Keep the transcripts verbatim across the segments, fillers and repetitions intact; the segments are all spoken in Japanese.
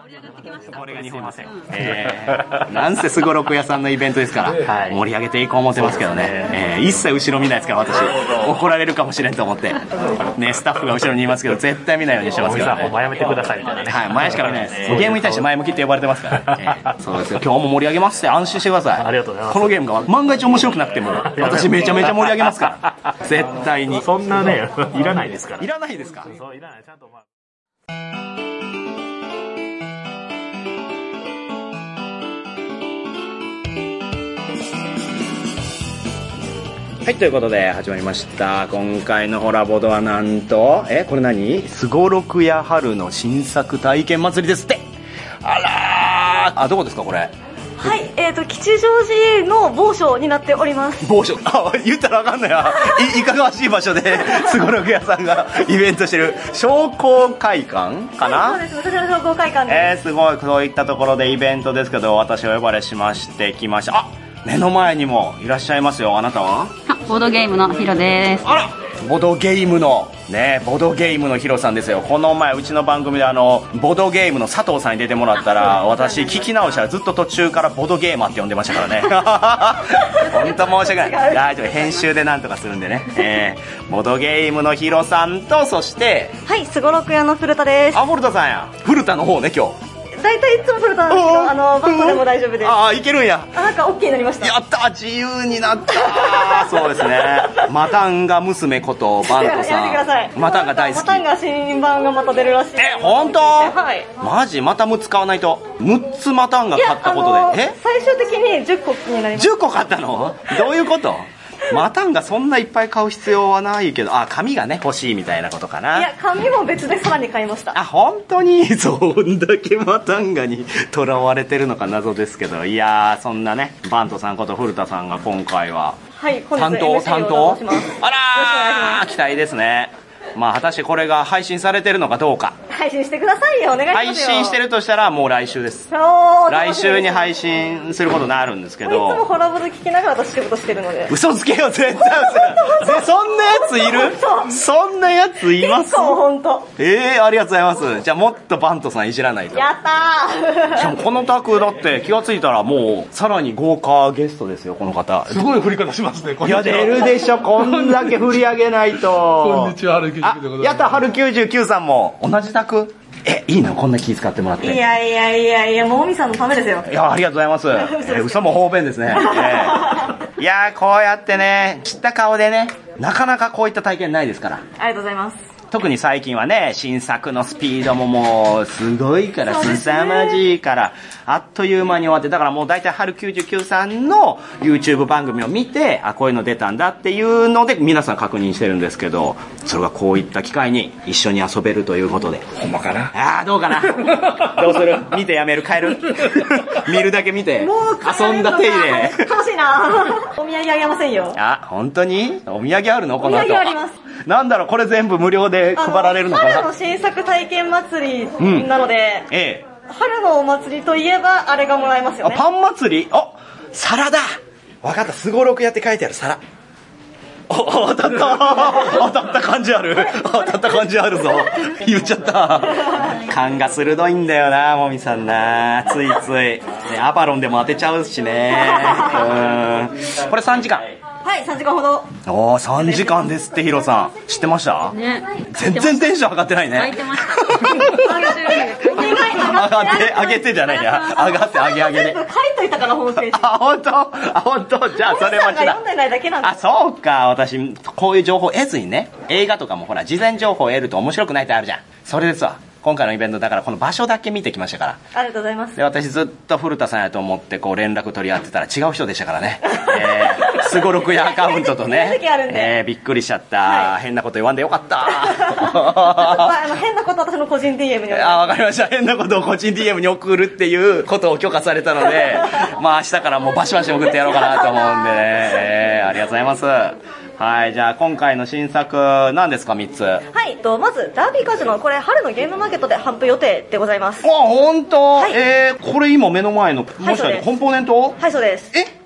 これが日本ですよ。えー、なんせすごろく屋さんのイベントですから、はい、盛り上げていこう思ってますけどね、えー、一切後ろ見ないですから私怒られるかもしれんと思ってね、スタッフが後ろにいますけど絶対見ないようにしてますからね。 前やめてくださいみたいなね。 はい、前しか見ないです。ゲームに対して前向きって呼ばれてますから、えー、そうですよ。今日も盛り上げますって安心してください。 ありがとうございます。 このゲームが万が一面白くなくても私めちゃめちゃ盛り上げますから絶対に。 そんなねいらないですから。 いらないですか。 そういらない。ちゃんとまあはい、ということで始まりました。今回のホラボドはなんと、え、これ何？すごろくや春の新作体験祭りですって。あらー、あ、どこですかこれ？ はい、えーと、吉祥寺の某所になっております。 某所、あ、言ったらあかんのや。い, いかがわしい場所ですごろく屋さんがイベントしてる商工会館かな？ はい、そうです。私の商工会館です。 えー、すごい、そういったところでイベントですけど、私お呼ばれしまして来ました。あ、目の前にもいらっしゃいますよ。あなたは？ ボードゲームのヒロです。 あら、ボドゲームのね、ボドゲームのヒロさんですよ。この前うちの番組であのボドゲームの佐藤さんに出てもらったら、私聞き直したらずっと途中からボドゲーマーって呼んでましたからね。本当申し訳ない。大丈夫、編集でなんとかするんでね。えー、ボドゲームのヒロさんと、そしてはい、すごろく屋の古田です。 あ、古田さんや。古田の方ね今日。 大体いつも古田なんですけど、あのバットでも大丈夫です。 ああ、いけるんや。 あ、なんか OK になりました。 やった、自由になった。そうですね。マタンガ娘ことバントさん。 やめてください。 マタンガ大好き。 マタンガ新版がまた出るらしい。 え、本当？ はい。 マジ？またむっつ買わないと。むっつマタンガ買ったことで。え？ 最終的にじゅっこになります。 じゅっこ買ったの？どういうこと？マタンがそんないっぱい買う必要はないけど、あ、紙がね欲しいみたいなことかな。 いや、紙も別でさらに買いました。 あ、本当にそんだけマタンガにとらわれてるのか謎ですけど、いやー、そんなねバントさんこと古田さんが今回は、 はい、 担当担当あらー、期待ですね。まあ果たしてこれが配信されてるのかどうか。 配信してくださいよ、お願いしますよ。 配信してるとしたらもう来週です。来週に配信することになるんですけど、 いつもホラボド聞きながら私仕事してるので。 嘘つけよ、絶対嘘。そんなやついる？そんなやついます？ 結構本当。 えー、ありがとうございます。じゃあもっとバントさんいじらないと。 やったー。 しかもこのタクだって気がついたらもうさらに豪華ゲストですよ、この方。 すごい振り方しますね。 いや、出るでしょ、こんだけ振り上げないと。 こんにちは、春きゅうじゅうきゅうでございます。 やった、春きゅうじゅうきゅうさんも同じタク？え、いいの？こんな気遣ってもらって。 いやいやいやいや、もみさんのためですよ。 いや、ありがとうございます。えー、嘘も方便ですね。えー、いやー、こうやってね、知った顔でね、なかなかこういった体験ないですから。 ありがとうございます。 特に最近はね、新作のスピードももうすごいから、すさまじいから、あっという間に終わって、だからもう大体春きゅうじゅうきゅうさんの YouTube 番組を見て、あ、こういうの出たんだっていうので皆さん確認してるんですけど、それがこういった機会に一緒に遊べるということで。 ほんまかな？ ああ、どうかな。どうする？見てやめる？帰る？見るだけ見て。 もう遊んだ手入れ。 楽しいな。お土産あげませんよ。 あ、本当に？お土産あるの？この後。 お土産あります。 なんだろう、これ全部無料で配られるのかな。 春の新作体験祭りなので、うん、ええ、春のお祭りといえばあれがもらえますよね。 あ、パン祭り？あ、皿だ。わかった、すごろくやって書いてある皿。お、当たった当たった感じある。当たった感じあるぞ。言っちゃった。勘が鋭いんだよな、もみさんな。ついつい、ね、アバロンでも当てちゃうしね。うん、これさんじかん。 はい、さんじかんほど。 おー、さんじかんですって、ヒロさん。知ってました？ね。全然テンション上がってないね。 泣いてました。 上がって、上げてじゃないや。上がって、上げ上げで。 書いといたから、ホームページ。 あ、本当？あ、本当？じゃあ、それは違う。 読んでないだけなんです。 あ、そうか。私、こういう情報得ずにね、映画とかもほら、事前情報を得ると面白くないってあるじゃん。それですわ。今回のイベントだからこの場所だけ見てきましたから。 ありがとうございます。 で、私ずっと古田さんやと思ってこう連絡取り合ってたら違う人でしたからね。えー、すごろくやアカウントとね。えー、びっくりしちゃった。はい、変なこと言わんでよかった。 あの変なこと私の個人 ディーエム に。 あ、わかりました。変なことを個人 ディーエム に送るっていうことを許可されたので、まあ明日からもうバシバシ送ってやろうかなと思うんでね。えー、ありがとうございます。はい、じゃあ今回の新作何ですか？みっつ。 はい、とまずダービーカジノ、これ春のゲームマーケットで販布予定でございます。 あ、本当？ はい、 えー、これ今目の前のもしかしてコンポーネント？ はい、そうです。 え、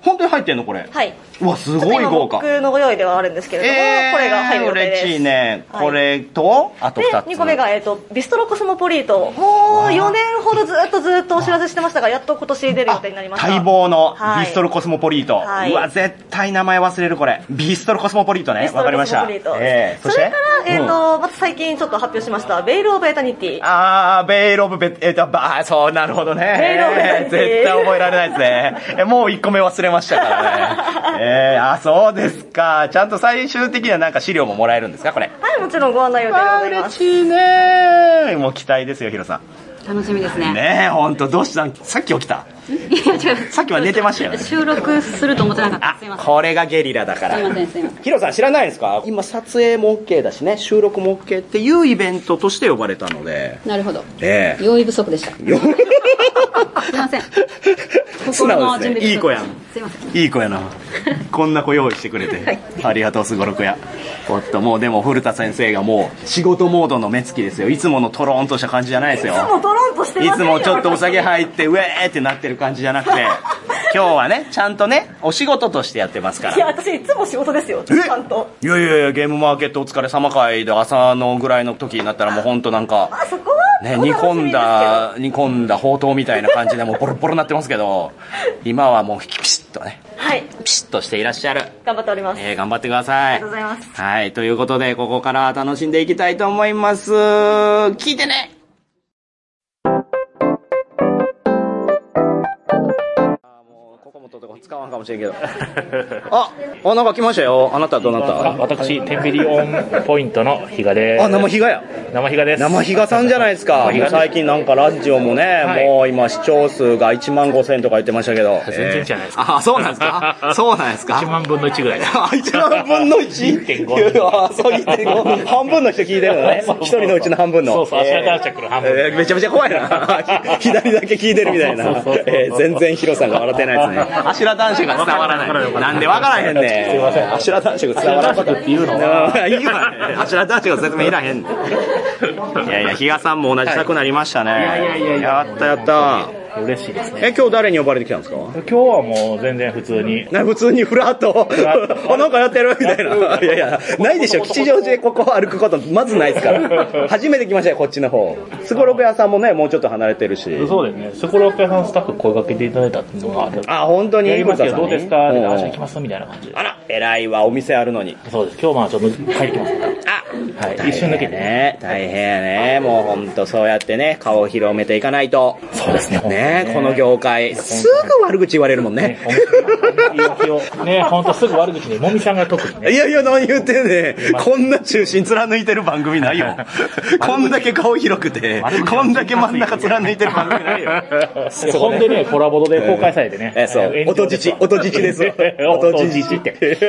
本当に入ってんのこれ？ はい。 うわ、すごい豪華。 僕のご用意ではあるんですけれども、 えー、 これが入る予定です。 嬉しいね。これと、あとふたつ。 で、にこめが、えっと、ビストロコスモポリート。もうよねんほどずっとずっとお知らせしてましたが、やっと今年出る予定になりました。 待望のビストロコスモポリート。 はい、 うわ、絶対名前忘れるこれ。ビストロコスモポリートね。わかりました。 えー、それから、えっと、また最近ちょっと発表しました、ベイルオブエタニティ。 あー、ベイルオブベ、えっと、ばー、そう、なるほどね。ベイルオブエタニティ。絶対覚えられないですね。もういっこめ忘れましたからね。えー、あ、そうですか。ちゃんと最終的にはなんか資料ももらえるんですかこれ？ はい、もちろんご案内予定でございます。 嬉しいね。もう期待ですよ、ヒロさん。 楽しみですね。 ねえ、ほんと、どうしたん？さっき起きた？ いや、違う。 さっきは寝てましたよね。 収録すると思ってなかった。すいません。 これがゲリラだから。 すいません、すいません。 ヒロさん知らないですか？今撮影も OK だしね、収録も OK っていうイベントとして呼ばれたので。 なるほど。 ええ。 用意不足でした。すいません。 素直ですね。いい子やん。 すいません。 いい子やな。こんな子用意してくれて。はい、ありがとう、すごろくや。おっと、もうでも古田先生がもう仕事モードの目つきですよ。いつものトローンとした感じじゃないですよ。 いつもトローンとしてますね。 いつもちょっとお酒入って、ウェーってなってる感じじゃなくて、今日はね、ちゃんとね、お仕事としてやってますから。 いや、私いつも仕事ですよ。ちゃんと。 いやいやいや、ゲームマーケットお疲れ様会で朝のぐらいの時になったらもうほんとなんか、 あそこはね、煮込んだ、煮込んだほうとうみたいな感じでもうボロボロになってますけど、今はもうピシッとね、 はい、 ピシッとしていらっしゃる。 頑張っております。 えー、頑張ってください。 ありがとうございます。 はい、ということで、ここから楽しんでいきたいと思います。聞いてね。使わんかもしれんけどあ、あ、なんか来ましたよ。あなたはどなた？ 私、テンビリオンポイントの比嘉です。 あ、生比嘉や。 生比嘉です。 生比嘉さんじゃないですか。もう最近なんかラジオもね、はい、もう今視聴数がいちまんごせんとか言ってましたけど。 全然じゃないですか。 えー、あ、そうなんですか。そうなんですか。 いちまんぶんのいちぐらいだ。 いちまんぶんのいち？ いってんご。あ、そう いってんご。半分の人聞いてるのね。一人のうちの半分の。 そうそう、足がチャックの半分。 えー、めちゃめちゃ怖いな。左だけ聞いてるみたいな。えー、全然ヒロさんが笑ってないですね。アシュラ男子が伝わらない。なんで分からへんねん。 すいません。 アシュラ男子が伝わらない。 っていうのはいいわね。アシュラ男子が説明いらへん。いやいや、比嘉さんも同じ作になりましたね。 いやいやいやいや。 やったやった。 嬉しいですね。 え、今日誰に呼ばれてきたんですか？ 今日はもう全然普通に。 な、普通にフラッと。あ、なんかやってるみたいな。いやいや、ないでしょ。吉祥寺でここ歩くことまずないですから。初めて来ましたよ、こっちの方。すごろく屋さんもね、もうちょっと離れてるし。 そうですね。すごろく屋さんスタッフ声掛けていただいたっていうのがある。 あ、本当に？ やりますけどどうですか？あ、じゃあ行きますみたいな感じで。 あら、偉いわ、お店あるのに。 そうです。今日まあちょっと帰ってきます。 あ、 はい。一瞬抜けてね。大変やね。もうほんとそうやってね、顔を広めていかないと。 そうですね。 ね、この業界。すぐ悪口言われるもんね。 ね、ほんとすぐ悪口で、もみさんが特にね。 いやいや、何言ってんねん。こんな中心貫いてる番組ないよ。こんだけ顔広くて、こんだけ真ん中貫いてる番組ないよ。 ほんでね、コラボで公開されてね。 え、そう。音父、音父ですよ。 音父って。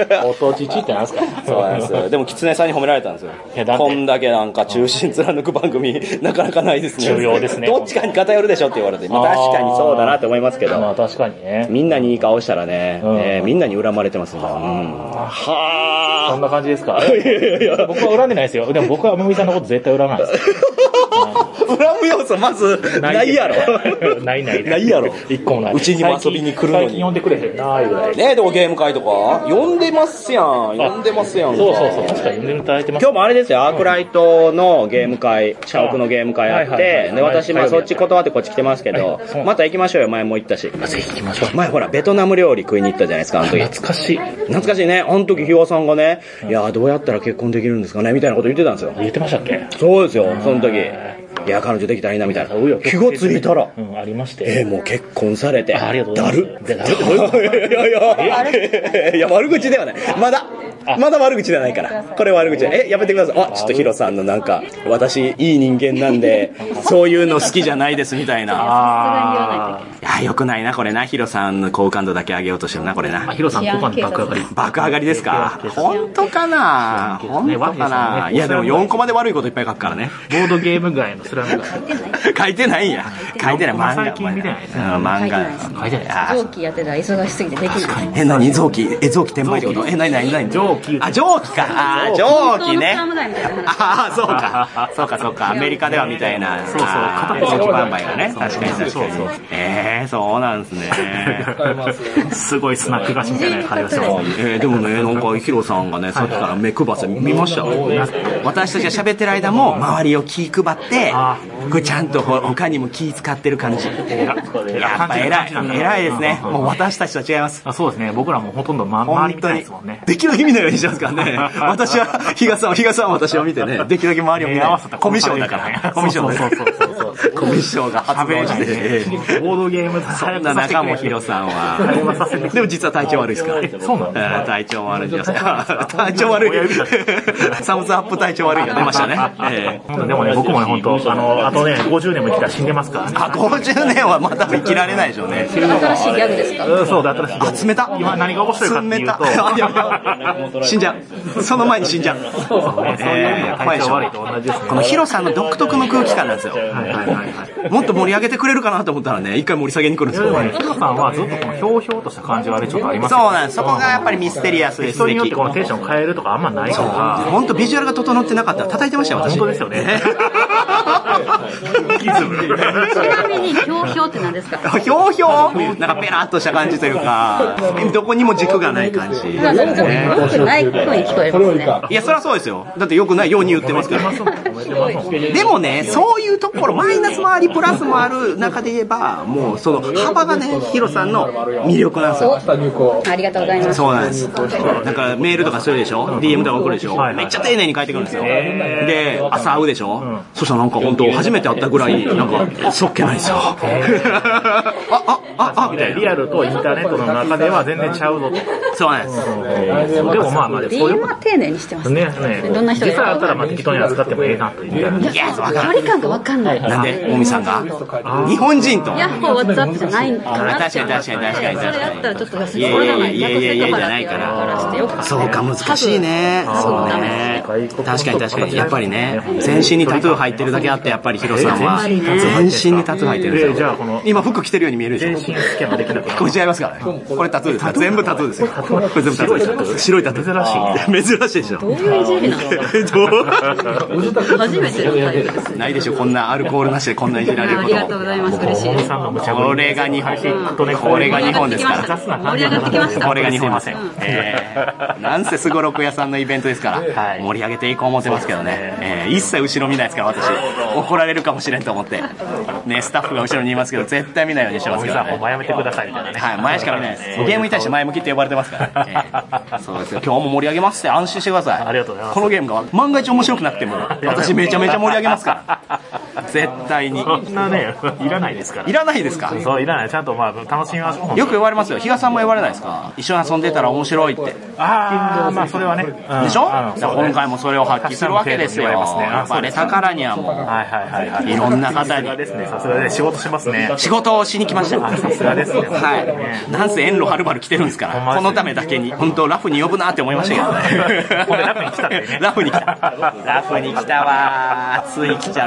音父ってなんすか？ そうなんですよ。でも、キツネさんに褒められたんですよ。こんだけなんか中心貫く番組、なかなかないですね。 重要ですね。 どっちかに偏るでしょって言われて、まあ確かにそうだなって思いますけど。 まあ確かにね。 みんなにいい顔したらね、えー、みんなに恨まれてますよ。はぁ。そんな感じですか？僕は恨んでないですよ。でも僕はもみさんのこと絶対恨まないです。 恨む要素まずないやろ。 ないないないやろ。 一個もない。 うちにも遊びに来るのに。 最近呼んでくれへんなーぐらい。 ね、でもゲーム会とか呼んでますやん。呼んでますやん。 そうそうそう。確かに呼んでいただいてます。 今日もあれですよ、アークライトのゲーム会、社屋のゲーム会あって、で、私まあそっち断ってこっち来てますけど、また行きましょうよ、前も行ったし。 ぜひ行きましょう。 前ほら、ベトナム料理食いに行ったじゃないですか、あの時。 懐かしい。 懐かしいね。あの時、ひわさんがね、いや、どうやったら結婚できるんですかねみたいなこと言ってたんですよ。 言ってましたっけ？ そうですよ、その時。いや、彼女できたらいいな、みたいな。気がついたら。 うん、ありまして。 えー、もう結婚されて。 ありがとうございます。 だる。いやいやいや、いや、悪口ではない。まだ、まだ悪口ではないから。これ悪口で。え、やめてください。あ、ちょっとヒロさんのなんか、私、いい人間なんで、そういうの好きじゃないです、みたいな。あー。いや、よくないな、これな。ヒロさんの好感度だけ上げようとしてるな、これな。 ヒロさん、好感度爆上がり。 爆上がりですか？本当かな？本当かな？いや、でもよんコマで悪いこといっぱい書くからね。 ボードゲーム街のスラム街。 書いてないんや。書いてない。漫画。 最近見てないですね。 漫画。 書いてない。臓器やってたら忙しすぎてできない。 え、何臓器？え、臓器転売ってこと？え、何何何？ 臓蒸気。 あ、蒸気か。あ、蒸気ね。ああ、そうか。そうか、そうか。アメリカではみたいな。 そうそう。 蒸気バンバイがね。確かに確かに。ええ、そうなんですね。 すごいスナック菓子みたいな感じがしてます。 えー、でもね、なんかヒロさんがね、さっきから目配って見ました。私たちが喋ってる間も周りを気配って、これちゃんと他にも気使ってる感じ。やっぱ偉い。偉いですね。もう私たちとは違います。 あ、そうですね。僕らもほとんど周りみたいですもんね。 できるだけ見ないようにしますからね。私は、比嘉さんは、比嘉さんは私を見てね、できるだけ周りを見ない。コミュ障だから。コミュ障だから。コミュ障が発動して、 ボードゲームそんな中もヒロさんは。でも実は体調悪いですから。 そうなんだ。 体調悪いですから。体調悪い。サムズアップ体調悪いが出ましたね。 でもね、僕もね、本当あの、あとね、ごじゅうねんも生きたら死んでますからね。 あ、ごじゅうねんはまだ生きられないでしょうね。 新しいギャグですか？ そうだ、新しいギャグ。 集めた。 今何が面白いかっていうと、死んじゃう。その前に死んじゃう。 体調悪いと同じですね。 このヒロさんの独特の空気感なんですよ。もっと盛り上げてくれるかなと思ったらね、一回盛り下げに来るんですよ。 ヒロさんはずっとこのひょうひょうとした感じはね、ちょっとあります。 そうなんです。そこがやっぱりミステリアスです。 人によってこのテンション変えるとかあんまないから。 本当ビジュアルが整ってなかったら叩いてましたよ、私。 本当ですよね。 ちなみにひょうひょうって何ですか？ ひょうひょうなんかペラッとした感じというか、どこにも軸がない感じ。 良くない声に聞こえますね。 いや、そりゃそうですよ。だって良くないように言ってますから。でもね、そういうところ、マイナスもあり、プラスもある中で言えば、もうその幅がね、ヒロさんの魅力なんですよ。 ありがとうございます。 そうなんです。だからメールとかするでしょ ?ディーエム とか送るでしょ、めっちゃ丁寧に書いてくるんですよ。で、朝会うでしょ、そしたらなんか本当初めて会ったぐらい、なんか、そっけないですよ。あ、あ、あ、あ、みたいな。 リアルとインターネットの中では全然ちゃうぞと。 そうなんです。 でもまあまあ、 ディーエム は丁寧にしてますね。どんな人実際あったらまあ適当に扱ってもええなという。 いや、わか距離感がわかんない。 なんで、大見さんが日本人と。 ヤッホーワッツアップじゃないかな。 確かに確かに確かに。 それやったらちょっといやいやいやいやいやじゃないから。そうか、難しいね。そうね。確かに確かに。やっぱりね、全身にタトゥー入ってるだけあって、やっぱりヒロさんは全身にタトゥー入ってるんですよ。今服着てるように見えるでしょ。 全身スキャンできなくなる。 これ違いますからね。これタトゥーですから。全部タトゥーですよ。これ全部タトゥーです。白いタトゥー。珍しい。珍しいでしょ。 どういういじりなの？初めてのタイプです。 ないでしょ、こんなアルコールなしでこんないじられること。 ありがとうございます。嬉しいです。 これが日本。これが日本ですから。 盛り上がってきました。 これが日本ですよ。なんせすごろく屋さんのイベントですから、盛り上げていこう思ってますけどね。一切後ろ見ないですから、私。怒られるかもしれんと思って。ね、スタッフが後ろにいますけど、絶対見ないようにしてますから。 もうやめてくださいみたいなね。 はい、前しか見ないです。ゲームに対して前向きって呼ばれてますから。そうですよ。今日も盛り上げますって安心してください。 ありがとうございます。 このゲームが万が一面白くなくても、私めちゃめちゃ盛り上げますから。絶対に。 そんなね、いらないですから。 いらないですか？ そう、いらない。ちゃんとまあ楽しみましょう。 よく言われますよ。比嘉さんも言われないですか？一緒に遊んでたら面白いって。 ああ、まあそれはね。 でしょ？今回もそれを発揮するわけですよ。やっぱレタからにはもう、 はいはいはい。 いろんな方に。 さすがですね。仕事しますね。 仕事をしに来ました。 さすがですね。 はい。なんせ遠路はるばる来てるんですから。このためだけに。本当ラフに呼ぶなって思いましたけどね。 ラフに来たってね。 ラフに来た。ラフに来たわ。つい来ちゃった。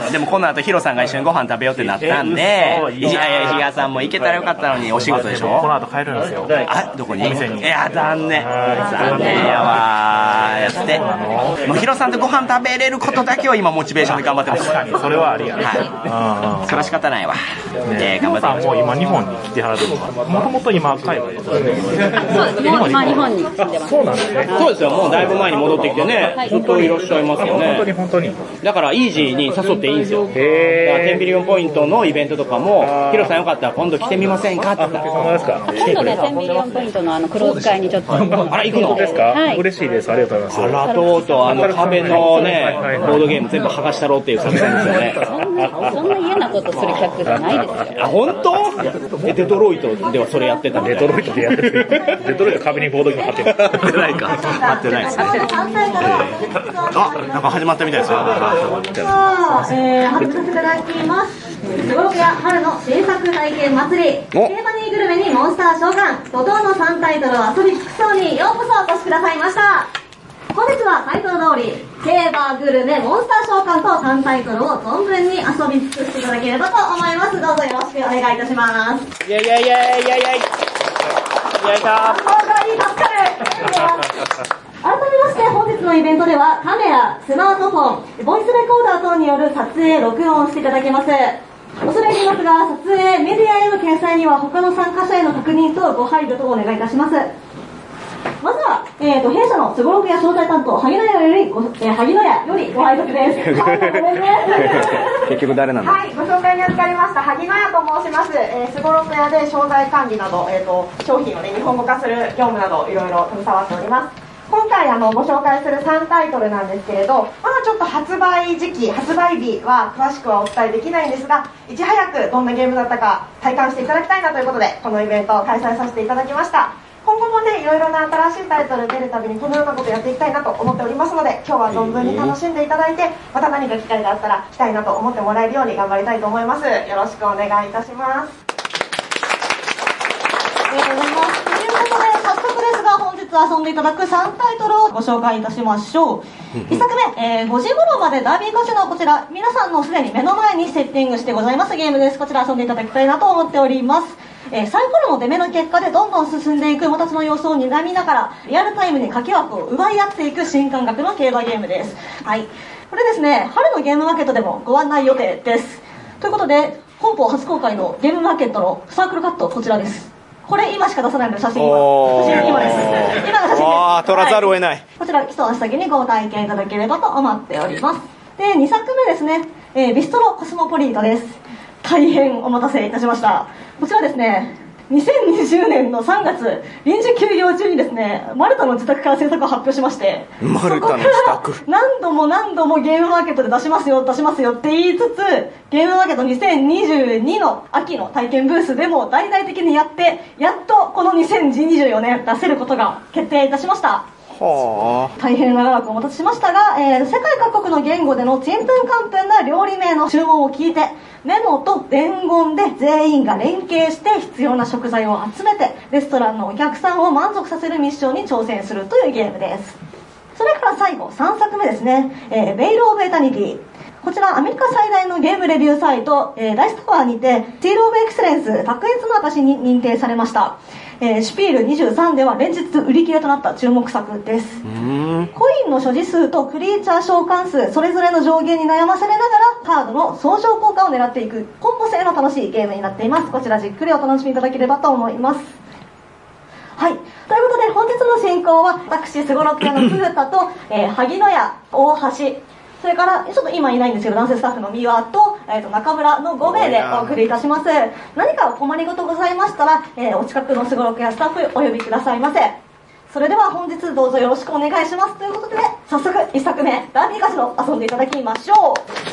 でもこの後ヒロさんが一緒にご飯食べようってなったんで、いやいや、比嘉さんも行けたらよかったのにお仕事でしょ？ この後帰るんですよ。 あ、どこに？お店に。いや、残念。残念やわ。やって。もうヒロさんとご飯食べれることだけを今モチベーションで頑張ってます。 確かに、それはありやね。 はい。それは仕方ないわ。え、頑張ってます。 もう今日本に来てはるのは、もともと今海外です。そうですね。今日本に住んでます。 そうなんですね。 そうですよ。もうだいぶ前に戻ってきてね、ずっといらっしゃいますよね。 本当に本当に。 だからイージーに誘っていいんですよ。 へー。テンビリオンポイントのイベントとかも、ヒロさんよかったら今度来てみませんかって言ったら。 そうですか。 今度ね、テンビリオンポイントのあのクローズ会にちょっと。 あら、行くのですか？嬉しいです。ありがとうございます。 あら、とうとうあの壁のね、ボードゲーム全部剥がしたろうっていう作戦ですよね。 そんな、そんな嫌なことする客じゃないですよ。 あ、本当？え、デトロイトではそれやってたみたいな。 デトロイトでやってる。デトロイト壁にボードゲーム貼ってる。 貼ってないか。貼ってないですね。あ、なんか始まったみたいですよ。 さあ、えー、始めさせていただきます。すごろくや春の新作体験祭り、競馬にグルメにモンスター召喚、怒涛のさんタイトルを遊び尽くそうにようこそお越しくださいました。本日はタイトル通り、競馬グルメ、モンスター召喚とさんタイトルを存分に遊び尽くしていただければと思います。どうぞよろしくお願いいたします。 イェイイェイイェイイェイイェイイェイイェイイェイ。 改めまして本日のイベントではカメラ、スマートフォン、ボイスレコーダー等による撮影、録音をしていただけます。恐れ入りますが、撮影、メディアへの掲載には他の参加者への確認とご配慮とお願いいたします。まずは、えー、と弊社のすごろくや商材担当、萩野屋よりご、えー、萩野屋よりご挨拶です。はい、ごめんね。 結局誰なの？ はい、ご紹介に預かりました萩野屋と申します。えー、すごろく屋で商材管理など、えー、と商品を、ね、日本語化する業務などいろいろ携わっております。今回あのご紹介するさんタイトルなんですけれど、まだちょっと発売時期、発売日は詳しくはお伝えできないんですが、いち早くどんなゲームだったか体感していただきたいなということで、このイベントを開催させていただきました。今後もね、いろいろな新しいタイトル出るたびにこのようなことをやっていきたいなと思っておりますので、今日は存分に楽しんでいただいて、また何か機会があったら来たいなと思ってもらえるように頑張りたいと思います。よろしくお願いいたします。 ありがとうございます。ということで、早速ですが、本日遊んでいただくさんタイトルをご紹介いたしましょう。いっさくめ、えー、ごじ頃までダービーカジノ、こちら、皆さんのすでに目の前にセッティングしてございますゲームです。こちら遊んでいただきたいなと思っております。えー、サイコロの出目の結果でどんどん進んでいく私の様子を睨みながら、リアルタイムに掛け枠を奪い合っていく新感覚の競馬ゲームです。はい。これですね、春のゲームマーケットでもご案内予定です。ということで、本邦初公開のゲームマーケットのサークルカット、こちらです。これ今しか出さないので写真は写真今です。今の写真です。 ああ、撮らざるを得ない。 こちら一足先にご体験いただければと思っております。で、にさくめですね、えー、ビストロコスモポリートです。大変お待たせいたしました。こちらですね、にせんにじゅうねんのさんがつ臨時休業中にですね、マルタの自宅から制作を発表しまして、 マルタの自宅何度も何度もゲームマーケットで出しますよ出しますよって言いつつ、ゲームマーケットにせんにじゅうにの秋の体験ブースでも大々的にやって、やっとこのにせんにじゅうよねん出せることが決定いたしました。はあ、大変長らくお待たせしましたが、えー、世界各国の言語でのちんぷんかんぷんな料理名の注文を聞いて、メモと伝言で全員が連携して必要な食材を集めて、レストランのお客さんを満足させるミッションに挑戦するというゲームです。それから最後さんさくめですね、えー、ベイル・オブ・エタニティ。こちらアメリカ最大のゲームレビューサイト、えー、ダイスタワーにてシール・オブ・エクセレンス卓越の証に認定されました。えー、シュピールにじゅうさんでは連日売り切れとなった注目作です。コインの所持数とクリーチャー召喚数それぞれの上限に悩まされながらカードの相乗効果を狙っていくコンボ性の楽しいゲームになっています。こちらじっくりお楽しみいただければと思います。はい、ということで本日の進行は私すごろく屋の古田と、えー、萩野屋、大橋、それからちょっと今いないんですけど男性スタッフの三輪と、えー、と中村のごめいでお送りいたします。何かお困りごとございましたら、えー、お近くのすごろく屋スタッフお呼びくださいませ。それでは本日どうぞよろしくお願いしますということで、早速いっさくめダービーカジノ遊んでいただきましょう。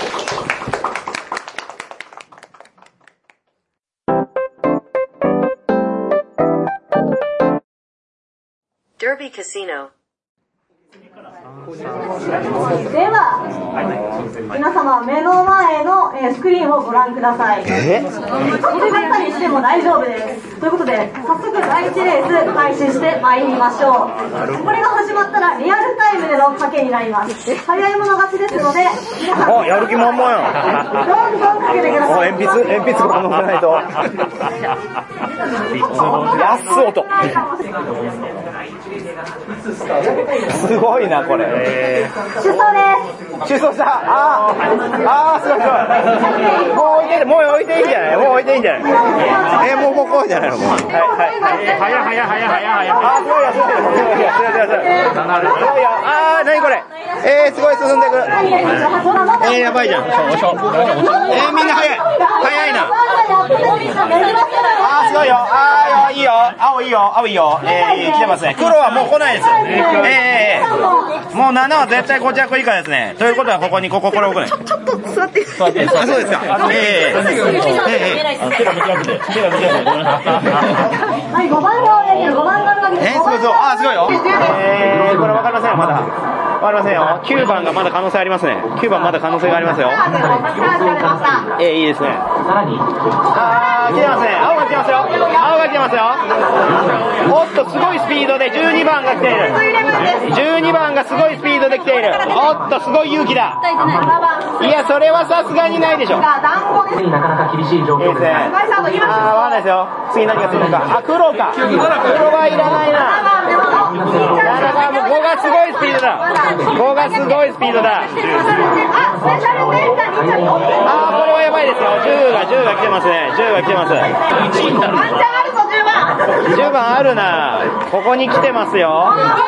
Derby Casino。 では皆様目の前の、えー、スクリーンをご覧ください。えっちょっと立ったりしても大丈夫です。ということで早速だいいちレース開始してまいりましょう。これが始まったらリアルタイムでの賭けになります。早い者勝ちですので皆さんあ、やる気満々やん。 どんどんかけてください。 鉛筆鉛筆が乗せないと安っ音すごいなこれ。 出走です。 出走した。あーあーすごいすごい。もう置いてもう置いていいんじゃない。もう置いていいんじゃない。えー、もうここじゃないの。もうはいはいはいはやはやはやはやはや。あーすごいやすごいやすごいやすごいやすごいや。あー何これ。えー、すごい進んでいく。えー、やばいじゃん。えー、みんな早い早いな。あーすごいよ。あーいいよ青いいよ青いいよ。えー、来てますね。黒はもう来ないです。えー、もうななは絶対ご着以下ですね。ということはここにこここれ置くね。ちょっと座って座って。あ、そうですか。えー、えー、手が短くて手が短くてごめんなさい。 はい、ごばんがお願いします。ごばんがお願いします。 えー、すごいそう。あーすごいよ。えー、これわかりませんよまだ。わかりませんよ。きゅうばんがまだ可能性ありますね。きゅうばんまだ可能性がありますよ。えー、いいですね。さらにあー来てますね。青が来てますよ。青が来てますよ。おっと、すごいスピードでじゅうにばんが来ている。じゅうにばんがすごいスピードで来ている。おっと、すごい勇気だ。いや、それはさすがにないでしょ。 なかなか厳しい状況ですね。 あー、わかんないですよ。次何がするのか。あ、黒か。黒はいらないな。ななばんもごがすごいスピードだ。ごがすごいスピードだ。あー、これはやばいですよ。じゅうが、じゅうが来てますね。じゅうが来てます。じゅうばんあるな。ここに来てますよ。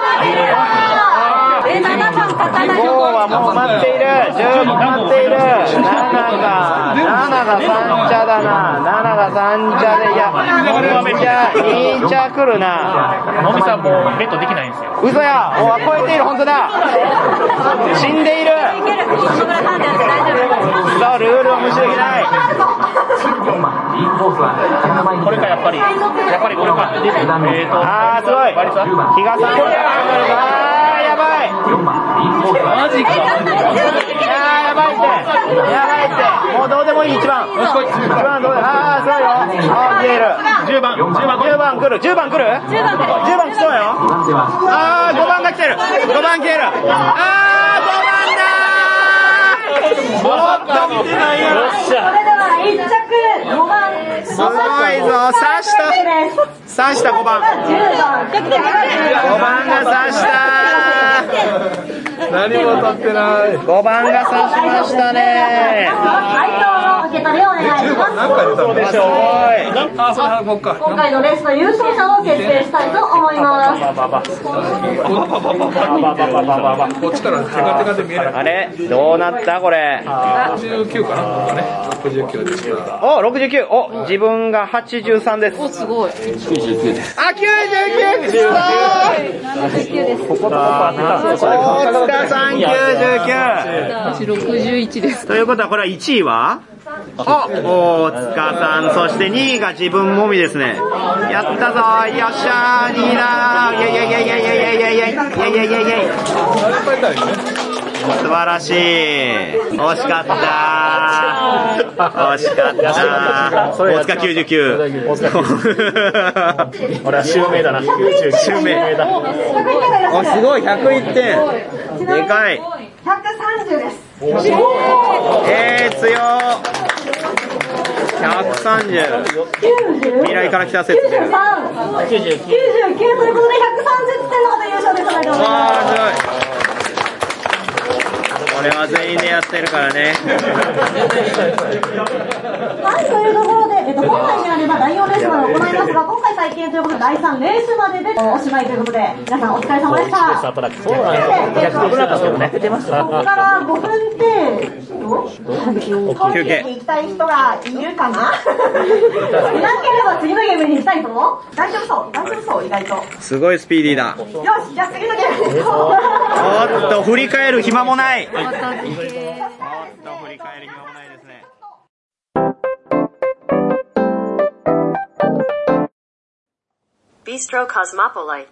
ごはもう待っている。じゅうも待っている。ななが、なながさん茶だな。なながさん茶で、いや、に茶、に茶来るな。 のみさんもベットできないんですよ。 嘘や。お、超えている、本当だ。死んでいる。そう、ルールを無視できない。 これか、やっぱり。やっぱりこれか。えーと。 あー、すごい。日がさん。あー、やばい。 マジか。 いやー、やばいって。やばいって。もうどうでもいい、いちばん。いちばんどうでも、あー、すごいよ。あー、消える。じゅうばん。じゅうばん来る。じゅうばん来る ?じゅうばん来そうよ。あー、ごばんが来てる。ごばん来てる。あー、ごばんだー。おっと、見てないよ。 それではいっちゃくごばん。 すごいぞ。刺した。刺したごばん。 じゅうばん。 ごばんが刺したー。 何も当たってない。 ごばんが刺しましたね。 回答の受け取りをお願いします。 何回言ったの？ すごい。 あ、それはこっか。 今回のレースの優勝者を決定したいと思います。 こっちからテカテカで見えない。 あれどうなったこれ。 ろくじゅうきゅうかな。ここね。ろくじゅうきゅうでした。 お、ろくじゅうきゅう。お、自分がはちじゅうさんです。お、すごい。きゅうじゅうきゅうです。あ、きゅうじゅうきゅうです。 ななじゅうきゅうです。 こことここ当てたんですよ。 大塚さんきゅうじゅうきゅう。 私ろくじゅういちです。 ということはこれはいちいはお、大塚さん、そしてにいが自分もみですね。やったぞー、よっしゃー、にいだー、イェイイェイイェイイェイイェイイェイイェイイェイイェイイェイイェイイェイイェイ。素晴らしい。惜しかったー。惜しかったー。大塚きゅうじゅうきゅう。 俺は襲名だな。きゅうじゅうきゅう名だ。 お、すごい、ひゃくいってん。でかい。 ひゃくさんじゅうです。 えー、強ー。ひゃくさんじゅう。未来から来た説出る。 きゅうじゅうきゅうということでひゃくさんじゅってんの方優勝です。おめでとうございます。 わー、すごい。これは全員でやってるからね。 はい、というところで、えっと、本来であればだいよんレースまで行いますが、今回再建ということでだいさんレースまででおしまいということで、皆さんお疲れ様でした。 そうなんですよ。逆に危なかったけどね。 ここからごふん程度休憩。 行きたい人がいるかな？ いなければ次のゲームに行きたいと大丈夫そう、大丈夫そう、意外と。 すごいスピーディーだ。 よし、じゃあ次のゲームに行こう。 おっと、振り返る暇もない。おっと、振り返る暇もないですね。 Bistro Cosmopolite。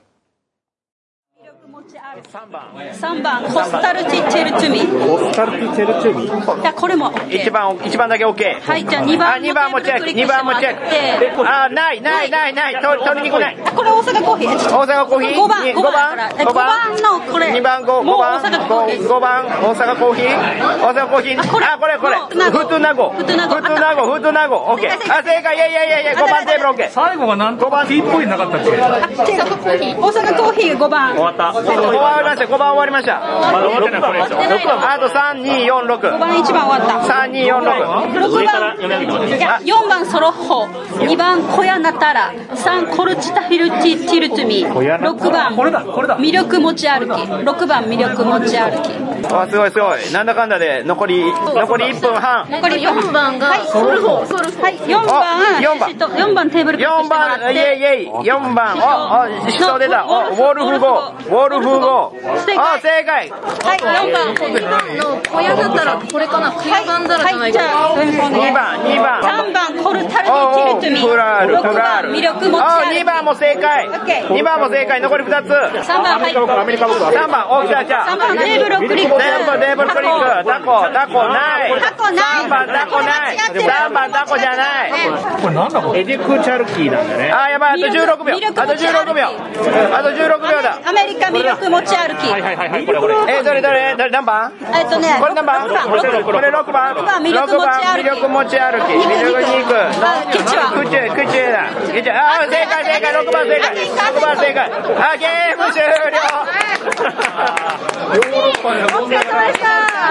さんばん。 さんばん、コスタルティテルトゥミ。 コスタルティテルトゥミ。 いや、これも OK。 一番、一番だけ OK。 はい、じゃあにばん。 あ、にばんもチェック、にばんもチェック。あ、ない、ない、ない、ない、取りに来ない。 これ大阪コーヒー。 大阪コーヒーごばん、 ごばん、 ごばんのこれ。 にばん、ご、ごばん、ごばん、大阪コーヒー。大阪コーヒー。あ、これ、これ。ふつなご。ふつなご。ふつなご、ふつなご。OK。あ、正解、いやいやいやいや、ごばんテーブル OK。 最後がなんとか T っぽいなかったっけ？ 大阪コーヒー。大阪コーヒーごばん。 終わった。 終わりました。ごばん終わりました。 まだ終わってないこれですよ。 あとさん、に、よん、ろく。 ごばん一番終わった。 さん、に、よん、ろく。 上から読み上げてもらっていいですか？ よんばんソロッホ、にばんコヤナタラ、さんコルチタフィルティティルトゥミ、ろくばん魅力持ち歩き、ろくばん魅力持ち歩き。 あ、すごいすごい。なんだかんだで残り残りいっぷんはん。 残りよんばんがソルホ、ソルホ。はい、よんばん、 よんばん、 よんばんテーブルよんばん、イェイイェイ、よんばん、お、お、人出た。お、ウォルフゴー、ウォルフゴー。あ、正解。 はい、よんばん、にばんの小屋だったらこれかな、クヤガンダラじゃないかな。 にばん、にばん。 さんばんコルタルティティルトゥミ。 プラール、プラール。 魅力持ち歩き。 にばんも正解。にばんも正解。残りふたつ。 さんばん、はい。 さんばん、お、来た来た。 さんばんテーブルクリック。 テーブルクリック。タコ、タコない。 タココない。 さんばんタコない。さんばんタコじゃない。 これなんだこれエディクチャルキーなんだね。 あーやばい、あとじゅうろくびょう。あとじゅうろくびょう。あとじゅうろくびょうだ。 アメリカ魅力持ち歩き。 はいはいはいはい、これこれ。 えー、どれどれどれ何番？ えっとね、 これ何番？これろくばん。 魅力持ち歩き。 魅力持ち歩き。魅力肉。 キチは。 クチュクチュだ。キチュあー正解正解ろくばん正解。ろくばん正解。あゲーム終了。 お疲れ様でした。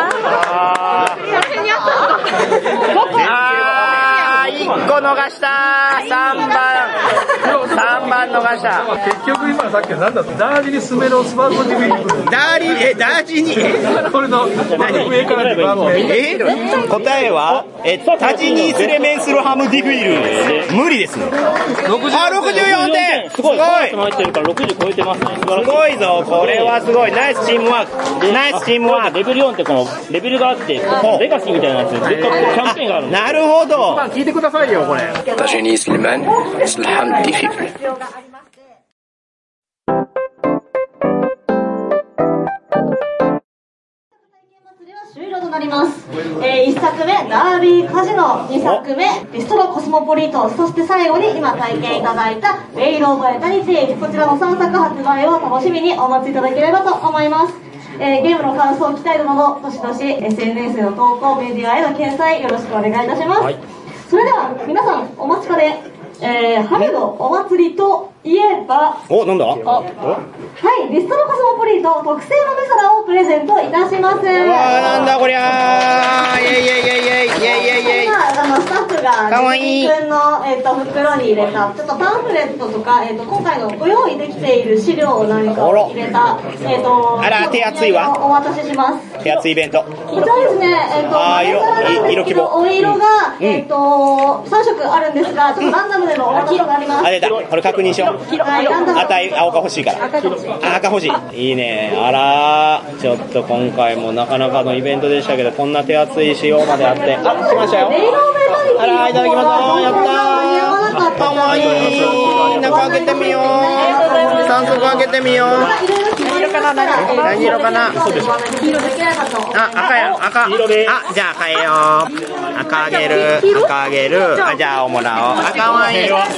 あーいっこ逃したさんばんさんばん逃した。 結局今さっきの何だったダージにスメロスパーコティブイップダーリえダージにこれの上からにばんめえ答えはえタジニースレメンスロハムディフィール無理ですね。あろくじゅうよんてんすごい入ってるからろくじゅう超えてますね。 すごいぞこれはすごいナイスチームワークナイスチームワーク。 レベルよんってこのレベルがあってレガシーみたいなやつでっかくキャンペーンがあるんです。 なるほど。 聞いてくださいよこれ。 تجيني سليمان سلحان ديفيبل 終了となります、えー、いっさくめダービーカジノ、にさくめビストロコスモポリート、そして最後に今体験いただいたウェイローバエタニティ、こちらのさんさく発売を楽しみにお待ちいただければと思います。えー、ゲームの感想、期待度などどしどし エスエヌエス への投稿、メディアへの掲載よろしくお願いいたします、はい、それでは皆さんお待ちかね、えー、春のお祭りといえばお、なんだはい、ビストロコスモポリート特製のメサラをプレゼントいたします。わー、 なんだこりゃー、イェイイェイイェイイェイイェイイェイイェイ。 あのスタッフがかわいい自分の、えー、と袋に入れたちょっとパンフレットとか、えー、と今回のご用意できている資料を何かを入れた、えー、とあら手厚いわ。 お渡しします。 手厚いイベント。 こちらですね、えー、とあー色色希望。 お色が、えー、とさん色あるんですが、ちょっとランダムでのお渡しがあります。 あれだ、これ確認しよう。 はい、ランダム赤い青が欲しいから。赤欲しい。いいね。あらー、ちょっと今回もなかなかのイベントでしたけど、こんな手厚い仕様まであって。あ、来ましたよ。あらー、いただきます。やったー。かわいい。中開けてみよう。早速開けてみよう。何色かな何色かなあ、赤や、赤。あ、じゃあ赤えよう。赤あげる。赤あげる。あ、じゃあ青もらおう。あ、かわいい。やった、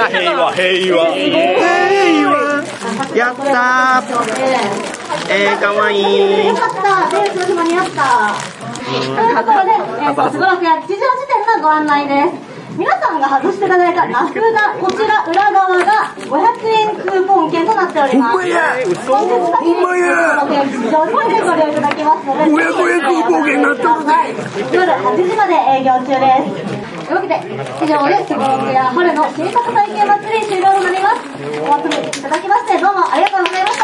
平和、平和。平和。やったー。えー、かわいい。 よかった。レースの間に合った。ということで、えー、すごろくや吉祥寺店のご案内です。皆さんが外していただいた名札、こちら裏側がごひゃくえんクーポン券となっております。ほんまやほんまや吉祥寺店でご利用いただきますので、ごひゃくえんクーポン券になっておるね。夜はちじまで営業中です。というわけで、以上ですごろくや春の新作体験祭り終了となります。お集めいただきましてどうもありがとうございました。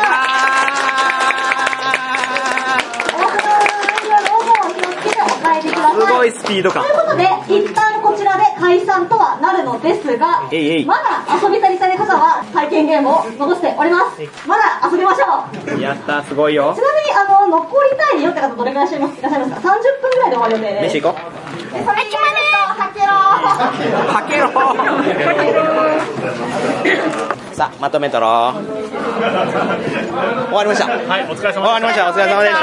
すごいスピード感。 ということで、一旦こちらで解散とはなるのですが、 えいえいまだ遊び足りたい方は体験ゲームを残しております。まだ遊びましょう。 やったー、すごいよ。 ちなみに、あの、残りたいよって方どれくらいいらっしゃいますか？さんじゅっぷんぐらいで終わる予定です。 飯行こう。 それ決まると、はけろー。 はけろー。さあ、まとめとろう。終わりました。 はい、お疲れ様でした。 終わりました。お疲れ様でした。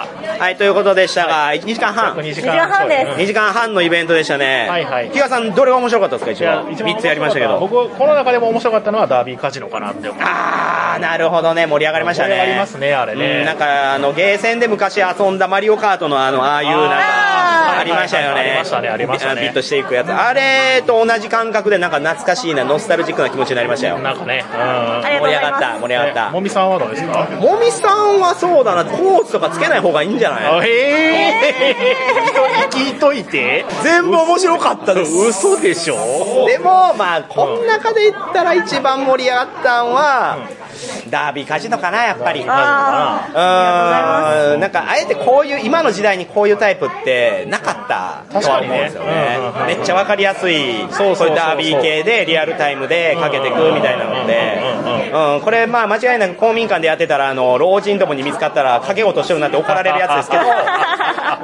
はい、ということでしたが、いちじかんはん。 にじにじかんはんです。 にじかんはんのイベントでしたね。 はいはい。 比嘉さん、どれが面白かったですか、一番。みっつやりましたけど。 僕、この中でも面白かったのはダービーカジノかなって思う。 あー、なるほどね、盛り上がりましたね。 盛り上がりますね、あれね。 なんか、あの、ゲーセンで昔遊んだマリオカートのあの、ああいうなんか、ありましたよね。 ありましたね、ありましたね。 ビットしていくやつ。あれと同じ感覚で、なんか懐かしいな、ノスタルジックな気持ちになりましたよ。 なんかね、 盛り上がった、盛り上がった。 もみさんはどうですか？ もみさんはそうだな、コーツとかつけない方がいいんじゃない？ へー。聞いといて。 全部面白かったです。 嘘でしょ？ でも、まあ、この中で言ったら一番盛り上がったのは、ダービーカジノかな、やっぱり。あうん、なんか、あえてこういう、今の時代にこういうタイプってなかったとは思うんですよね。めっちゃわかりやすい、そうそういうダービー系でリアルタイムでかけてくみたいなので、うん、これ、まあ、間違いなく公民館でやってたら、あの、老人どもに見つかったら、かけ事してるなって怒られるやつですけど、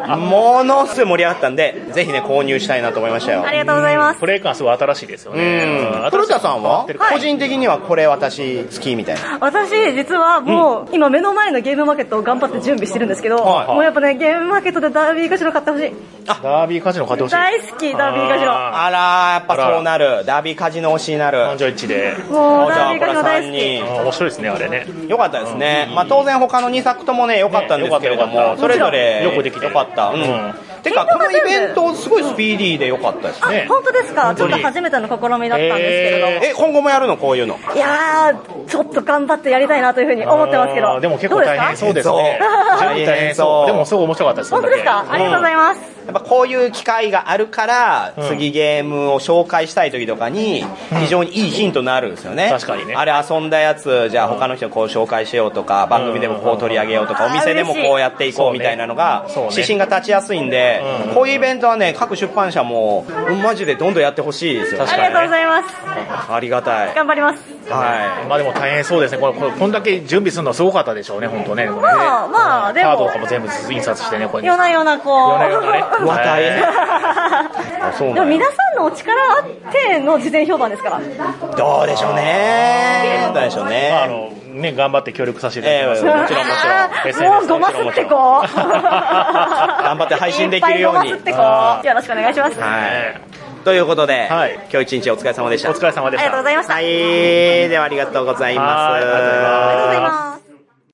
ものすごい盛り上がったんで、ぜひね、購入したいなと思いましたよ。 ありがとうございます。 プレイ感すごい新しいですよね。 うん。古田さんは個人的にはこれ私好きみたいな。 私、実はもう、今目の前のゲームマーケットを頑張って準備してるんですけど、もうやっぱね、ゲームマーケットでダービーカジノ買ってほしい。 ダービーカジノ買ってほしい。 大好き、ダービーカジノ。 あら、やっぱそうなる。ダービーカジノ推しになる。 感情一致で。 もう、ダービーカジノ大好き。 面白いですね、あれね。 よかったですね。まあ当然他のにさくともね、良かったんですけれども、それぞれよくできてよかった。うん。てか、このイベント、すごいスピーディーで良かったですね。 本当ですか？ちょっと初めての試みだったんですけれども。 え、今後もやるのこういうの？ いやー、ちょっと頑張ってやりたいなというふうに思ってますけど。 でも結構大変そうですね。大変そう。でもすごい面白かったです。 本当ですか？ありがとうございます。 やっぱこういう機会があるから、次ゲームを紹介したい時とかに、非常にいいヒントになるんですよね。 確かにね。 あれ遊んだやつ、じゃあ他の人こう紹介しようとか、番組でもこう取り上げようとか、お店でもこうやっていこうみたいなのが、指針が立ちやすいんで、こういうイベントはね、各出版社も、マジでどんどんやってほしいですよ。 ありがとうございます。 ありがたい。 頑張ります。 はい。 まあでも大変そうですね。これ、これこんだけ準備するのはすごかったでしょうね、本当ね。 まあ、まあ、でも。 カードとかも全部印刷してね、これ。 夜な夜なこう。 夜な夜なね。 うわ、大変。 でも皆さんのお力あっての事前評判ですから。 どうでしょうね。どうでしょうね。 まあ、あの、ね、頑張って協力させていただきます。もちろんもちろん。 もうごますってこう。 頑張って配信できるように。 よろしくお願いします。 はい。ということで、今日一日お疲れ様でした。 お疲れ様でした。 ありがとうございました。 はい。ではありがとうございます。 ありがとうございます。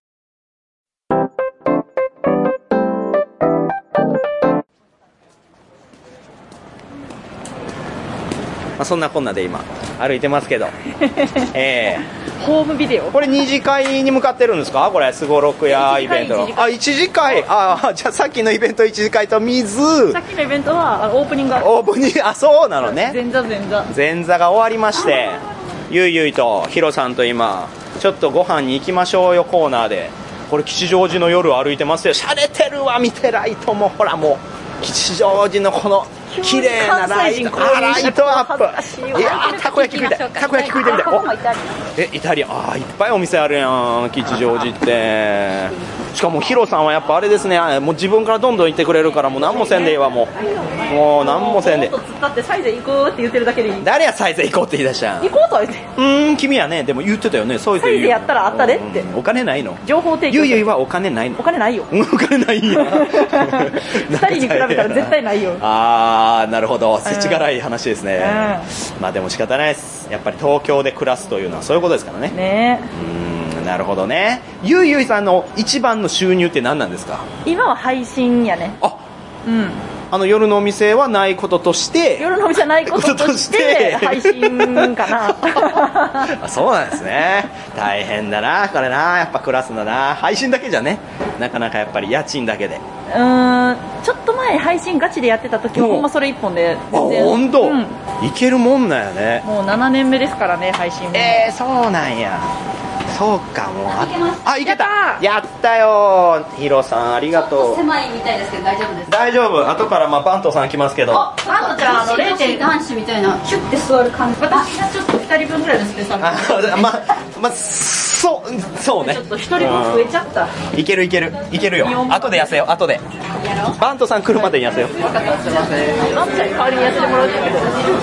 まあ、そんなこんなで今歩いてますけど、えー、ホームビデオこれ二次会に向かってるんですか？これすごろくやイベントのあ一次会あじゃあさっきのイベント一次会と見ずさっきのイベントはあのオープニングオープニングあそうなのね前座前座前座が終わりましてゆいゆいとヒロさんと今ちょっとご飯に行きましょうよコーナーでこれ吉祥寺の夜歩いてますよしゃれてるわ見てライトもほらもう吉祥寺のこの綺麗なライトライトアップいやーたこ焼き食いたいたこ焼き食いたいおえイタリアンあーいっぱいお店あるやん吉祥寺ってしかもヒロさんはやっぱあれですねもう自分からどんどん行ってくれるからもう何もせんでいいわもうもう何もせんでもっと突っ張ってサイゼ行こうって言ってるだけでいい誰やサイゼ行こうって言い出したん行こうとは言ってうーん君やねでも言ってたよねサイゼサイゼやったらあったでってお金ないの情報提供ゆいゆいはお金ないのお金ないよお金ないんやふたりに比べたら絶対ないよあーなるほど世知辛い話ですね、うん、まあでも仕方ないですやっぱり東京で暮らすというのはそういうことですからねねうんなるほどねゆいゆいさんの一番の収入って何なんですか今は配信やねあうんあの夜のお店はないこととして夜のお店はないこととして配信かなあそうなんですね大変だなこれなやっぱ暮らすんだな配信だけじゃねなかなかやっぱり家賃だけでうーんちょっと前配信ガチでやってた時はほんまそれ一本で全然あ本当、 うん、 いけるもんなんやねもうななねんめですからね配信もえー、そうなんやそうかもうああいけたやったよヒロさんありがとう狭いみたいですけど大丈夫ですか大丈夫後からまあバントさん来ますけどあバントちゃんあの れいてん男子みたいなキュッて座る感じ私がちょっとふたりぶんぐらいのスペースあるあまあまあそうそうねちょっとひとりぶん増えちゃったいけるいけるいけるよ後で痩せよ後でバントさん来るまでに痩せよ分かったすいませんバントちゃんに代わりに痩せてもらうけど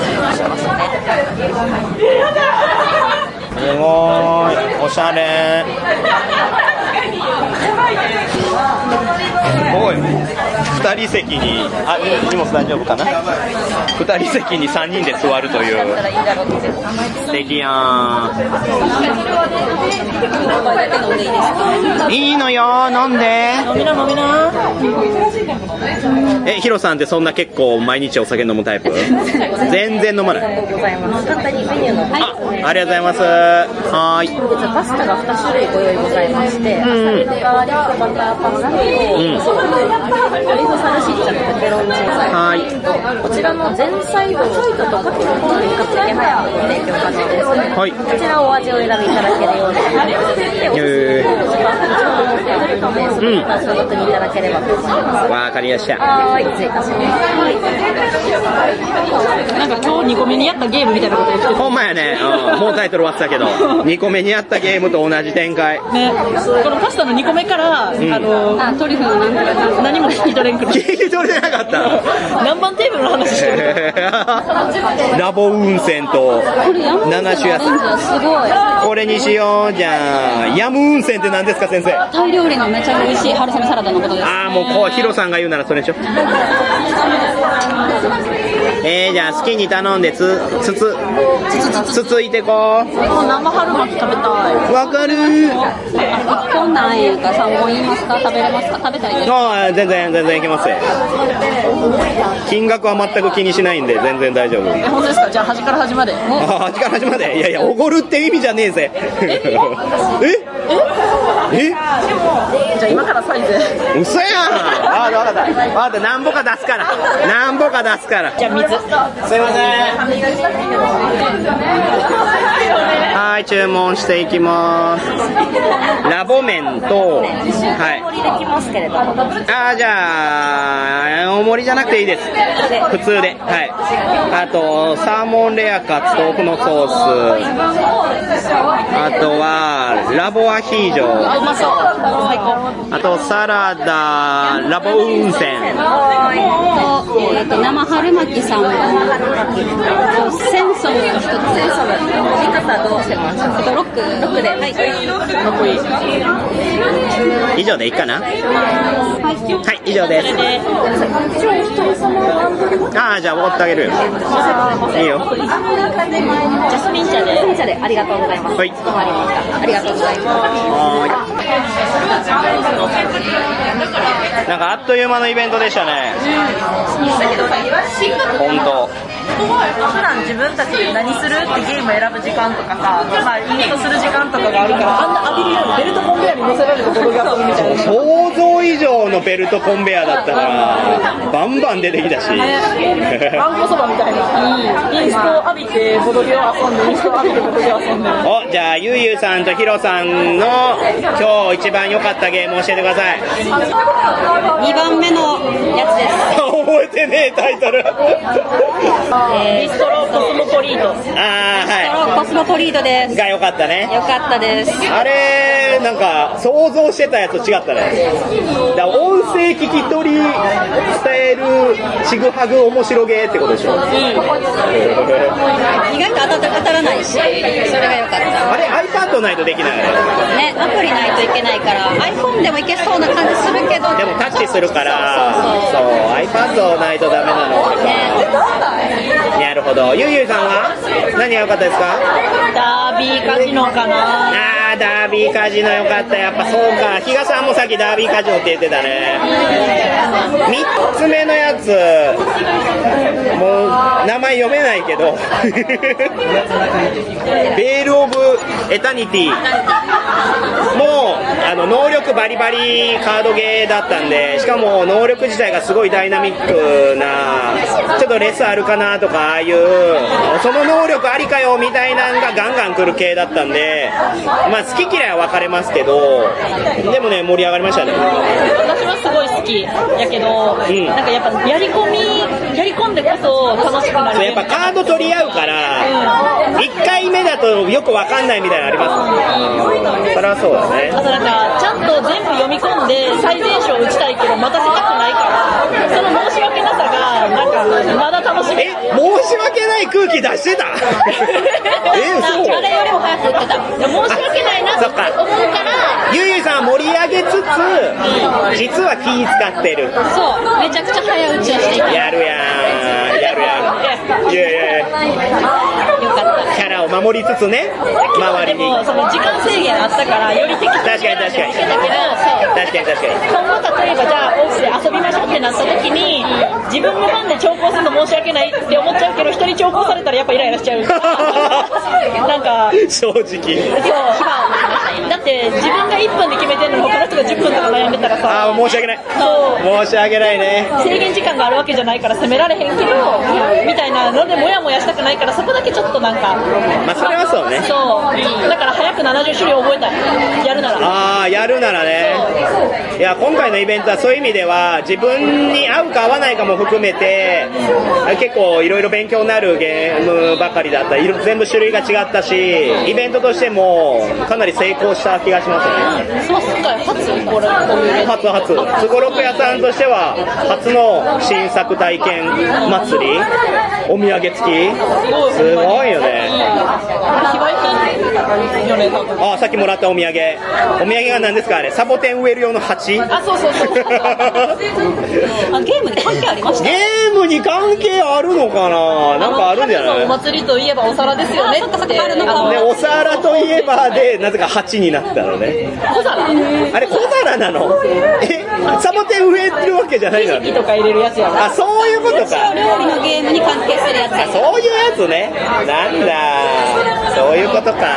すごいおしゃれすごいふたり席にあ荷物大丈夫かなふたり席にさんにんで座るという素敵やんいいのよ飲んで飲みな飲みなえヒロさんってそんな結構毎日お酒飲むタイプ全然飲まない簡単にメニューのあありがとうございますはーいパスタがに種類ご用意ございまして、うん、アサリのガーリックバターパスタと、うん、オリーブサルシッチャとペペロンチーノはいこちらの前菜をちょいととかきのコーンにかつけ早くご提供可能です、はい、こちらをお味を選びいただけるようにでおすすめの時間を持ってくるのでそこから所属にいただければと思いますわかりよっしゃ。 はい、失礼いたします。 なんか今日にこめにやったゲームみたいなこと言ってる。 ほんまやね、うん、もうタイトル忘れたけどにこめにやったゲームと同じ展開ね、このパスタのにこめから、うん、あのあトリュフのなんか何も聞き取れんくる。 聞き取れなかった何番テーブルの話してるラボ雲泉となな種やつ。 すごい。 これにしよう。じゃあヤム雲泉って何ですか先生？ タイ料理のめちゃ美味しい春雨サラダのことです。 ああもうこうヒロさんが言うならそれでしょ。えー、じゃあ好きに頼んでつつつつついてこう。 生春巻き食べたい。 わかる。 こんなんいうかさんぼん言いますか？食べれますか？食べたいです。 ああ全然全然いけますよ。金額は全く気にしないんで全然大丈夫。 え本当ですか？じゃあ端から端まで。 あ端から端まで。いやいやおごるって意味じゃねえぜ。えええじゃあ今からサイズ。 嘘やん。あ分かった分かった。なんぼか出すからなんぼか出すから。 じゃあ水。すいません。はい注文していきます。ラボ麺とはい盛りできますけれども。 あじゃあ大盛りじゃなくていいです。普通ではい。あとサーモンレアカツ豆腐のソース、あとはラボアヒージョ、 うまそう最高。 あとサラダラボ雲泉と、えー、と生春巻きさん本センソムと一つ。センソム盛り方どうしてます？ あとロックロックではいかっこいい。 以上でいいかな。はい以上です。ああじゃあおごってあげるよ。いいよ。 ジャスミン茶でジャスミン茶でありがとうございます。 はいありがとうございます。 なんかあっという間のイベントでしたね。本当。 普段自分たちで何するってゲーム選ぶ時間とかさ、まあ、インストする時間とかがあるから、あんな浴びるようにベルトコンベヤーに乗せられてボドゲ遊ぶみたいな。 想像以上のベルトコンベヤーだったからバンバン出てきたし、 あんこそばみたいな、インスト浴びてボドゲを遊んでインスト浴びてボドゲを遊んで。 おじゃあゆうゆうさんとひろさんの今日一番良かったゲーム教えてください。 にばんめのやつです。 覚えてねえタイトル。 ビストロコスモポリート。 ああはいコスモポリートです。 が良かったね。 良かったです。 あれなんか想像してたやつと違ったね。だから音声聞き取り伝えるちぐはぐ面白ゲーってことでしょ。うん、 意外と当た当たらないし、それが良かった。 あれ iPad ないとできないね、アプリないといけないから iPhone でもいけそうな感じするけど、 でもタッチするからそうそうそう iPad ないとダメなのね。なるほど。ゆうゆうさんは何が良かったですか？ ダービーカジノかな。 あーダービーカジノ良かった。やっぱそうか。比嘉さんもさっきダービーカジノって言ってたね。みっつめのやつもう名前読めないけどベールオブエタニティもうあの能力バリバリカードゲーだったんで、しかも能力自体がすごいダイナミックな、ちょっとレスあるかなとか、ああいうその能力ありかよみたいなのがガンガン来る系だったんで、まあ好き嫌いは分かれますけど、でもね盛り上がりましたね。 私はすごい好きやけど、うん、なんかやっぱやり込みやり込んでこそ楽しくなる。 そうやっぱカード取り合うから、うん、いっかいめだとよく分かんないみたいなのありますね。うん、それはそうだね。 あとなんかちゃんと全部読み込んで最善手を打ちたいけど待たせたくないから、その申し訳なさがなんかまだ楽しみ。 え申し訳ない空気出してたえ嘘。 あれよりも早く打ってた。申し訳ないなって思うからゆうゆうさん盛り上げつつ、うん、実は気使ってる。 そうめちゃくちゃ早打ちをしていた。 やるやんやるやん。いやいやいやよかった。 キャラを守りつつね、周りに。 でもその時間制限あったからより適当にやらせていけたけど、 確かに確かに。 今後例えばじゃあオフで遊びましょうってなった時に、自分の番で長考するの申し訳ないって思っちゃうけど、人に長考されたらやっぱイライラしちゃう。なんか正直。そう。 牙をむきましただって自分がいっぷんで決めてるのに他の人がじゅっぷんとか悩んでたらさ、 あー申し訳ない、 そう申し訳ないね。 制限時間があるわけじゃないから責められへんけどみたいなのでモヤモヤしたくないから、そこだけちょっとなんか、 まあそれはそうね。 そうだから早くななじゅっ種類覚えたい、やるなら。 ああやるならね。いや今回のイベントはそういう意味では自分に合うか合わないかも含めて結構いろいろ勉強になるゲームばかりだった。全部種類が違ったし、イベントとしてもかなり成功した気がしますね。 そう今回初これ初初すごろく屋さんとしては初の新作体験祭り、お土産付きすごいよね。あさっきもらったお土産、お土産が何ですかあれ、サボテン植える用の鉢。 あそうそうそうあゲームに関係ありました。 ゲームに関係あるのかな、なんかあるんじゃない。 お祭りといえばお皿ですよねって、 ね、お皿といえばでなぜか鉢になったのね。 小皿あれ小皿なの。えサボテン植えてるわけじゃないの。 ひじきとか入れるやつやな。 あそういうことか。 料理のゲームに関係するやつ。 あそういうやつね。なんだそういうことか。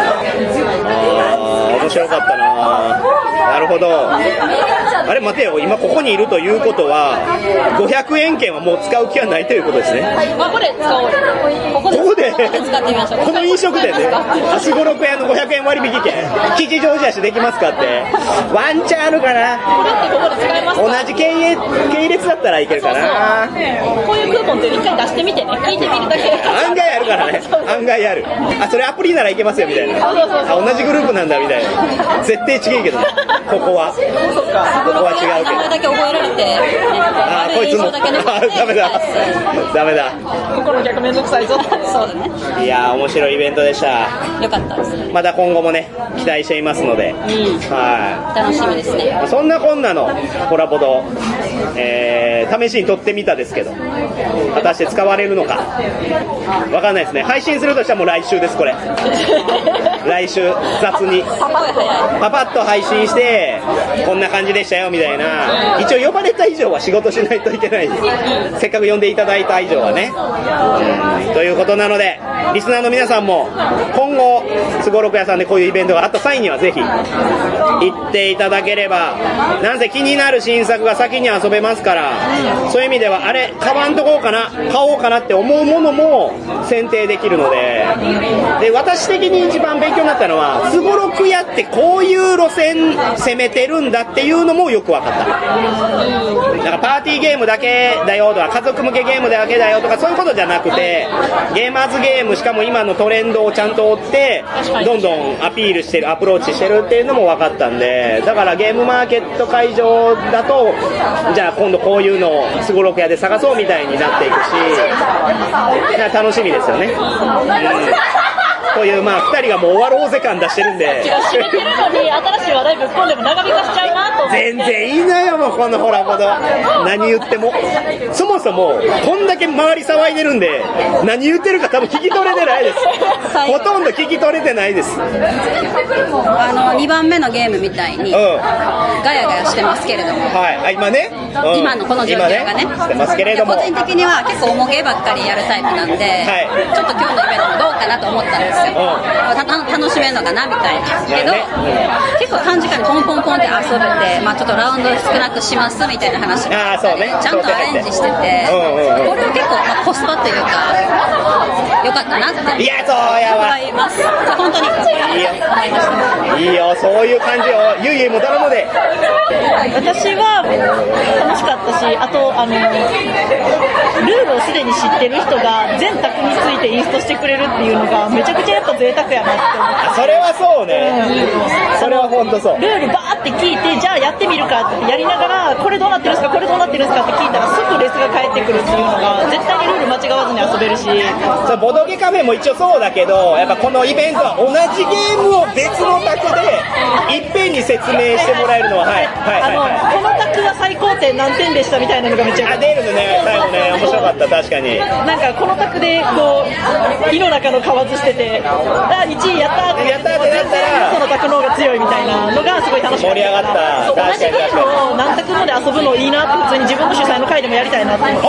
あ面白かったな。なるほど。あれ待てよ、今ここにいるということはごひゃくえん券はもう使う気はないということですね。 ここで使おう。ここでここで使ってみましょう。 この飲食店ですごろく屋のごひゃくえん割引券吉祥寺足できますかって。ワンチャンあるかな。 これってここで使えますか。 同じ系列系列だったらいけるかな。 そうそうこういうクーポンって一回出してみてね、聞いてみるだけ。 案外あるからね。案外ある。あそれアプリならいけますよみたいな。 そうそうそうあ同じグループなんだみたいな。絶対違うけどねここは。ここは違うけど。 名前だけ覚えられて、 あこいつも。あダメだ。ダメだ。 ここの客めんどくさいぞ。 そうだね。 いや面白いイベントでした。 よかったですね。 また今後もね期待していますので、うん、はい。 楽しみですね。 そんなこんなのコラボド、えー、試しに撮ってみたですけど、果たして使われるのかわかんないですね。配信するとしたらもう来週ですこれ。来週雑にパパッと配信してこんな感じでしたよみたいな。一応呼ばれた以上は仕事しないといけないです。せっかく呼んでいただいた以上はね、うん、ということなのでリスナーの皆さんも今後すごろく屋さんでこういうイベントがあった際にはぜひ行っていただければ、なんせ気になる新作が先に遊べますから、そういう意味ではあれ買わんとこうかな買おうかなって思うものも選定できるので、で私的に一番勉強になったのはすごろく屋ってこういう路線攻めてるんだっていうのもよく分かった。なんかパーティーゲームだけだよとか家族向けゲームだけだよとかそういうことじゃなくて、ゲーマーズゲームしかも今のトレンドをちゃんと追ってどんどんアピールしてるアプローチしてるっていうのも分かったんで、だからゲームマーケット会場だとじゃあ今度こういうのをすごろく屋で探そうみたいになっていくし楽しみですよね、うんというまあふたりがもう終わろうぜ感出してるんで締めてるのに新しい話題ぶっ込んでも長引かしちゃうなと思って。 全然いいのよもうこのほらほど何言ってもそもそもこんだけ周り騒いでるんで何言ってるか多分聞き取れてないです。ほとんど聞き取れてないです。 あのにばんめのゲームみたいに、うん、ガヤガヤしてますけれども、 はい、あ今ね、うん、 今のこの状況がね、 ねしてますけれども、 個人的には結構重ゲーばっかりやるタイプなんで、はい、ちょっと今日のイベントどうかなと思ったんですよ、うん、た楽しめるのかなみたいなけど、ね、結構短時間にポンポンポンって遊べて、まあ、ちょっとラウンド少なくしますみたいな話があったり、ね、ちゃんとアレンジしてて、うんうんうん、これは結構、まあ、コスパというか良かったなっていやそうやわ思います。本当にいいよいいよそういう感じをゆいゆいも頼むで。 私は楽しかったし、あとあのルールをすでに知ってる人が全卓についてインストしてくれるっていうのがめちゃくちゃやっぱ贅沢やなって思って。 それはそうね、うん、それは本当そう。 ルールバーって聞いてじゃあやってみるかってやりながらこれどうなってるんですかこれどうなってるんですかって聞いたら即レスが返ってくるっていうのが絶対にルール間違わずに遊べるし、 そうボドゲカフェも一応そうだけどやっぱこのイベントは同じゲームを別の卓でいっぺんに説明してもらえるのははいはいはい、はい、 この卓が最高点何点でしたみたいなのがめっちゃあ出るのね最後ね面白かった確かに。 なんかこの卓でこう井の中の蛙しててあいちいやったーってやったーってなったらその卓の方が強いみたいなのがすごい楽しかった。 盛り上がった。 同じゲームを何卓まで遊ぶのいいなって普通に自分の主催の会でもやりたいなって思って。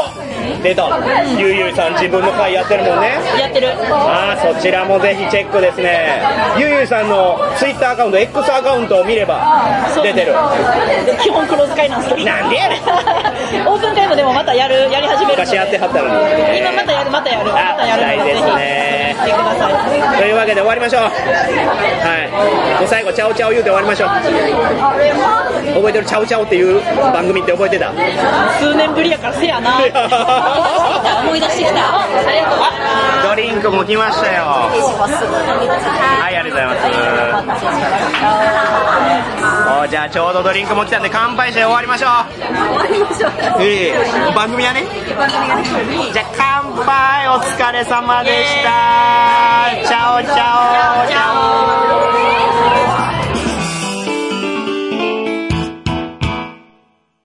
出た、ゆいゆいさん自分の会やってるもんね。 やってる。 ああ、そちらもぜひチェックですね。ゆいゆいさんのツイッターアカウント X アカウントを見れば出てる。 基本クローズ会なんですけど。 なんでやねんオープン会もでもまたやるやり始める。 昔やってはったのに。 今またやるまたやるまたやるのでぜひ来てください。 というわけで終わりましょう。はい。もう最後チャオチャオ言うて終わりましょう。覚えてる？チャオチャオっていう番組って覚えてた？ 数年ぶりやからせやな。思い出してきた。ありがとう。 ドリンクも来ましたよ。はい、ありがとうございます。お、じゃあちょうどドリンクも来たんで乾杯して終わりましょう。終わりましょう。ええ、番組はね。じゃあ乾杯、お疲れ様でした。